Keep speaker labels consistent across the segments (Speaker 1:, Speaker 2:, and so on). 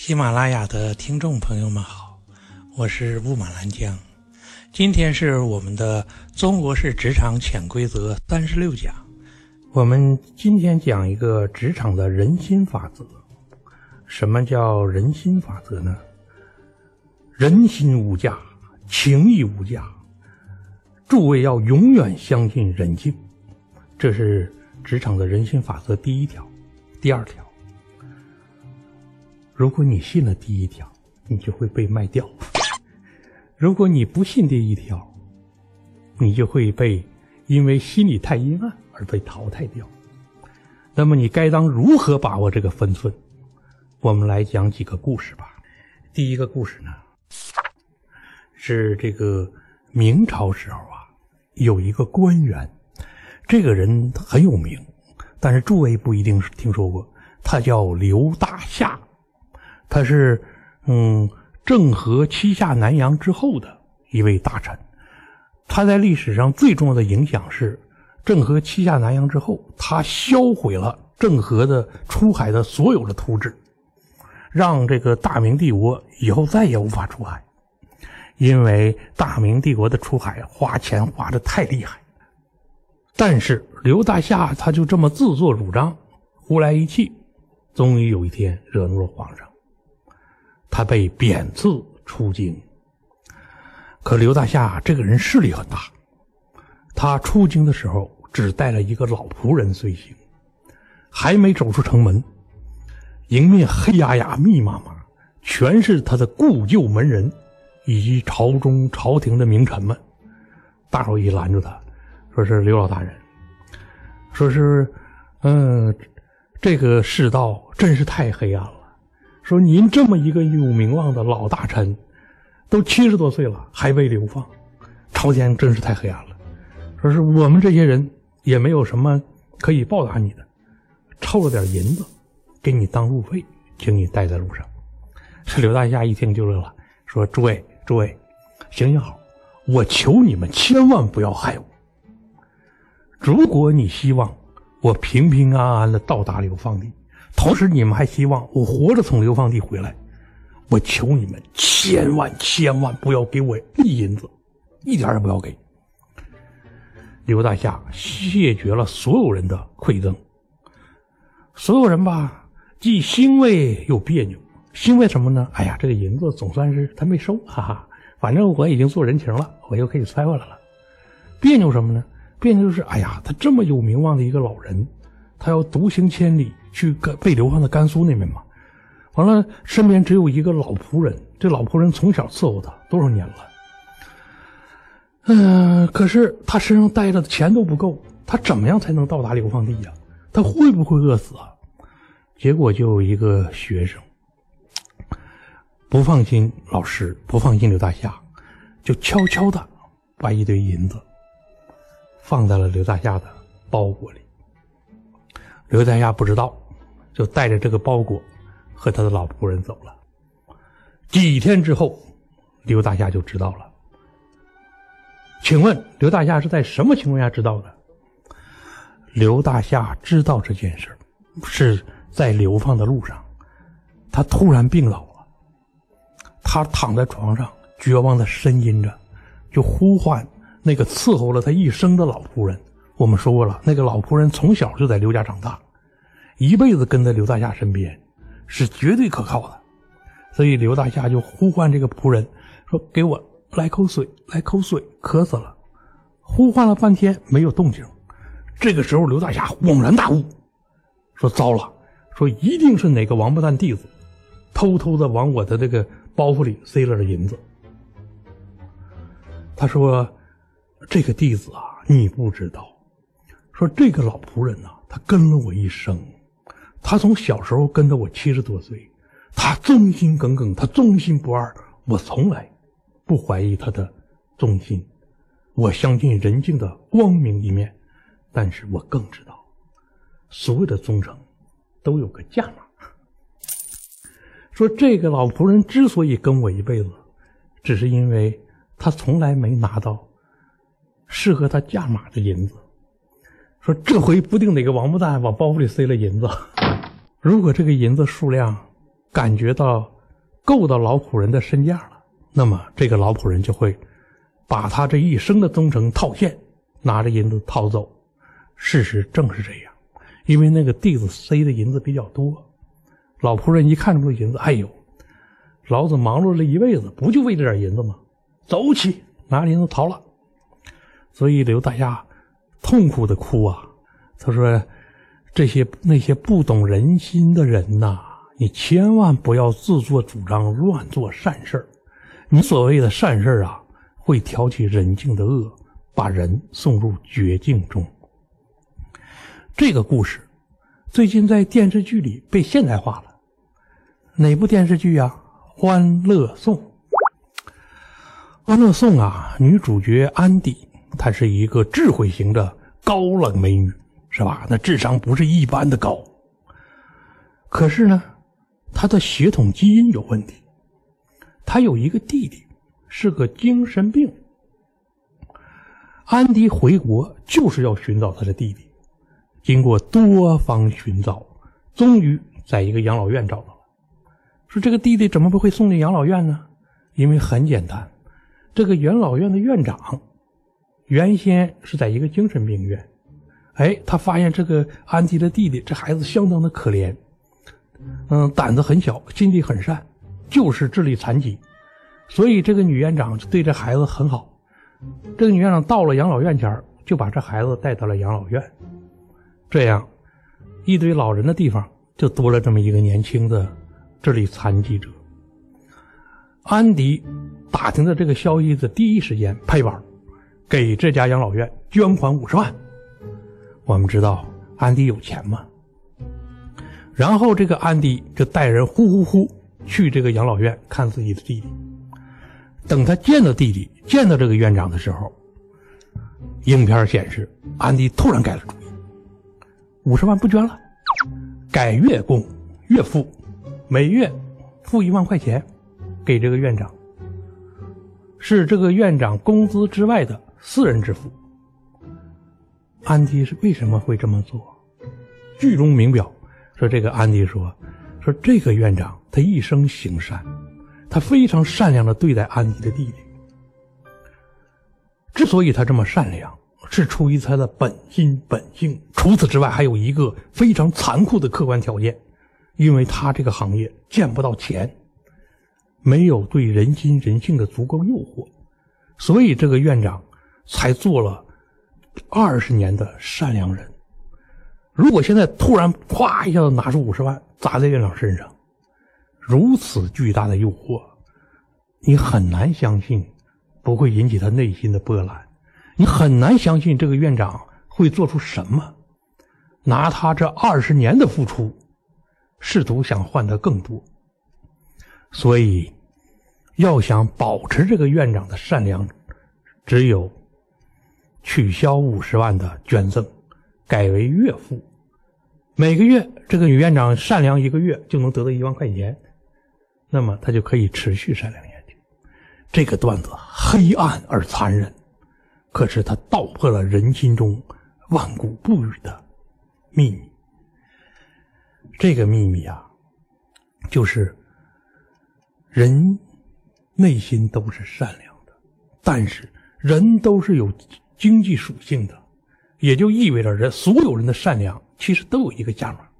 Speaker 1: 喜马拉雅的听众朋友们好，我是雾满兰江。今天是我们的中国式职场潜规则36讲。我们今天讲一个职场的人心法则。什么叫人心法则呢？人心无价，情义无价，诸位要永远相信人性。这是职场的人心法则第一条。第二条，如果你信了第一条，你就会被卖掉；如果你不信第一条，你就会被因为心里太阴暗而被淘汰掉。那么你该当如何把握这个分寸？我们来讲几个故事吧。第一个故事呢，是这个明朝时候啊，有一个官员，这个人很有名，但是诸位不一定听说过，他叫刘大夏。他是郑和七下南洋之后的一位大臣。他在历史上最重要的影响是，郑和七下南洋之后，他销毁了郑和的出海的所有的图纸，让这个大明帝国以后再也无法出海。因为大明帝国的出海花钱花得太厉害。但是刘大夏他就这么自作主张，胡来一气，终于有一天惹怒了皇上，他被贬赐出京。可刘大夏这个人势力很大，他出京的时候只带了一个老仆人随行，还没走出城门，迎面黑压压密麻麻全是他的故旧门人以及朝中朝廷的名臣们。大伙一拦住他，说是刘老大人，说是这个世道真是太黑暗了，说您这么一个有名望的老大臣，都70多岁了还被流放，朝廷真是太黑暗了。说是我们这些人也没有什么可以报答你的，凑了点银子给你当路费，请你带在路上。这刘大夏一听就乐了，说诸位行好，我求你们千万不要害我。如果你希望我平平安安的到达流放地，同时你们还希望我活着从流放地回来，我求你们千万不要给我一银子，一点也不要给。刘大夏谢绝了所有人的馈赠。所有人吧，既欣慰又别扭。欣慰什么呢？哎呀，这个银子总算是他没收，哈哈，反正我已经做人情了，我又可以揣回来了。别扭什么呢？别扭就是，哎呀，他这么有名望的一个老人，他要独行千里去被流放到甘肃那边嘛。完了，身边只有一个老仆人，这老仆人从小伺候他多少年了。可是他身上带着的钱都不够，他怎么样才能到达流放地呀？他会不会饿死啊？结果就有一个学生不放心老师，不放心刘大夏，就悄悄的把一堆银子放在了刘大夏的包裹里。刘大夏不知道，就带着这个包裹和他的老仆人走了。几天之后，刘大夏就知道了。请问刘大夏是在什么情况下知道的？刘大夏知道这件事是在流放的路上，他突然病倒了，他躺在床上绝望的呻吟着，就呼唤那个伺候了他一生的老仆人。我们说过了，那个老仆人从小就在刘家长大，一辈子跟在刘大夏身边，是绝对可靠的。所以刘大夏就呼唤这个仆人说，给我来口水，来口水，渴死了。呼唤了半天没有动静。这个时候刘大夏恍然大悟，说糟了，说一定是哪个王八蛋弟子偷偷的往我的这个包袱里塞了点银子。他说，这个弟子啊，你不知道，说这个老仆人啊，他跟了我一生，他从小时候跟着我70多岁，他忠心耿耿，他忠心不二，我从来不怀疑他的忠心，我相信人性的光明一面，但是我更知道所有的忠诚都有个价码。说这个老仆人之所以跟我一辈子，只是因为他从来没拿到适合他价码的银子。说这回不定哪个王八蛋往包袱里塞了银子，如果这个银子数量感觉到够到老仆人的身价了，那么这个老仆人就会把他这一生的忠诚套现，拿着银子逃走。事实正是这样，因为那个地子塞的银子比较多，老仆人一看这个银子，哎呦，老子忙碌了一辈子，不就为这点银子吗？走起，拿银子逃了。所以刘大侠痛苦的哭啊，他说那些不懂人心的人呐，你千万不要自作主张乱做善事儿。你所谓的善事啊，会挑起人境的恶，把人送入绝境中。这个故事最近在电视剧里被现代化了。哪部电视剧啊？欢乐颂。欢乐颂啊，女主角安迪，她是一个智慧型的高冷美女，是吧？那智商不是一般的高。可是呢，她的血统基因有问题。她有一个弟弟，是个精神病。安迪回国就是要寻找她的弟弟，经过多方寻找，终于在一个养老院找到了。说这个弟弟怎么不会送进养老院呢？因为很简单，这个养老院的院长原先是在一个精神病院。他发现这个安迪的弟弟这孩子相当的可怜，胆子很小，心地很善，就是智力残疾，所以这个女院长就对这孩子很好。这个女院长到了养老院前，就把这孩子带到了养老院。这样一堆老人的地方就多了这么一个年轻的智力残疾者。安迪打听的这个消息的第一时间拍板给这家养老院捐款50万。我们知道安迪有钱嘛，然后这个安迪就带人呼去这个养老院看自己的弟弟。等他见到弟弟，见到这个院长的时候，影片显示安迪突然改了主意，50万不捐了，改月供月付，每月付1万块钱给这个院长，是这个院长工资之外的私人支付。安迪是为什么会这么做？剧中明表说，这个安迪说这个院长他一生行善，他非常善良的对待安迪的弟弟。之所以他这么善良，是出于他的本心本性，除此之外还有一个非常残酷的客观条件，因为他这个行业见不到钱，没有对人心人性的足够诱惑，所以这个院长才做了20年的善良人。如果现在突然咵一下子拿出50万砸在院长身上，如此巨大的诱惑，你很难相信不会引起他内心的波澜，你很难相信这个院长会做出什么，拿他这20年的付出试图想换得更多。所以要想保持这个院长的善良，只有取消50万的捐赠，改为月付，每个月这个女院长善良1个月就能得到1万块钱，那么她就可以持续善良下去。这个段子黑暗而残忍，可是它道破了人心中万古不语的秘密。这个秘密啊，就是人内心都是善良的，但是人都是有经济属性的，也就意味着所有人的善良其实都有一个价码。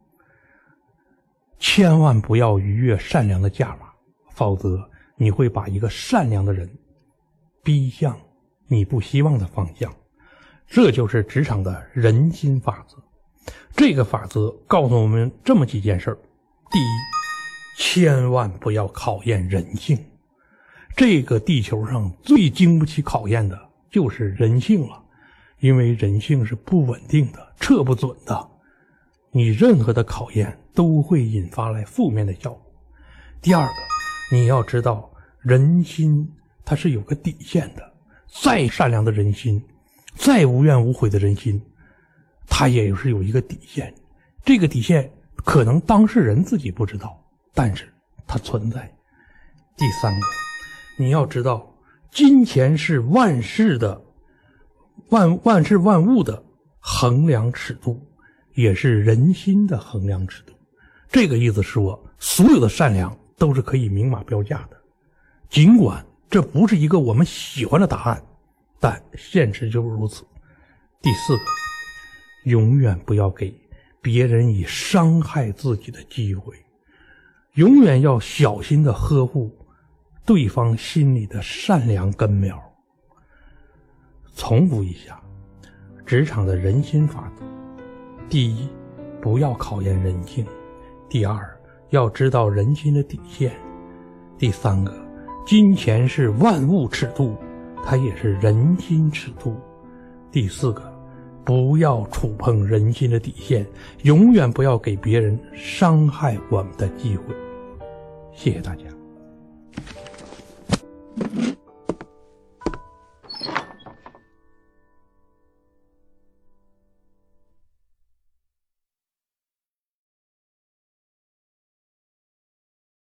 Speaker 1: 千万不要逾越善良的价码，否则你会把一个善良的人逼向你不希望的方向。这就是职场的人心法则。这个法则告诉我们这么几件事。第一，千万不要考验人性。这个地球上最经不起考验的就是人性了，因为人性是不稳定的，测不准的，你任何的考验都会引发来负面的效果。第二个，你要知道人心它是有个底线的，再善良的人心，再无怨无悔的人心，它也是有一个底线。这个底线可能当事人自己不知道，但是它存在。第三个，你要知道金钱是万事万物的衡量尺度，也是人心的衡量尺度。这个意思说，所有的善良都是可以明码标价的。尽管这不是一个我们喜欢的答案，但现实就是如此。第4个，永远不要给别人以伤害自己的机会，永远要小心地呵护对方心里的善良根苗。重复一下职场的人心法则：第一，不要考验人性；第二，要知道人心的底线；第3个，金钱是万物尺度，它也是人心尺度；第4个，不要触碰人心的底线，永远不要给别人伤害我们的机会。谢谢大家。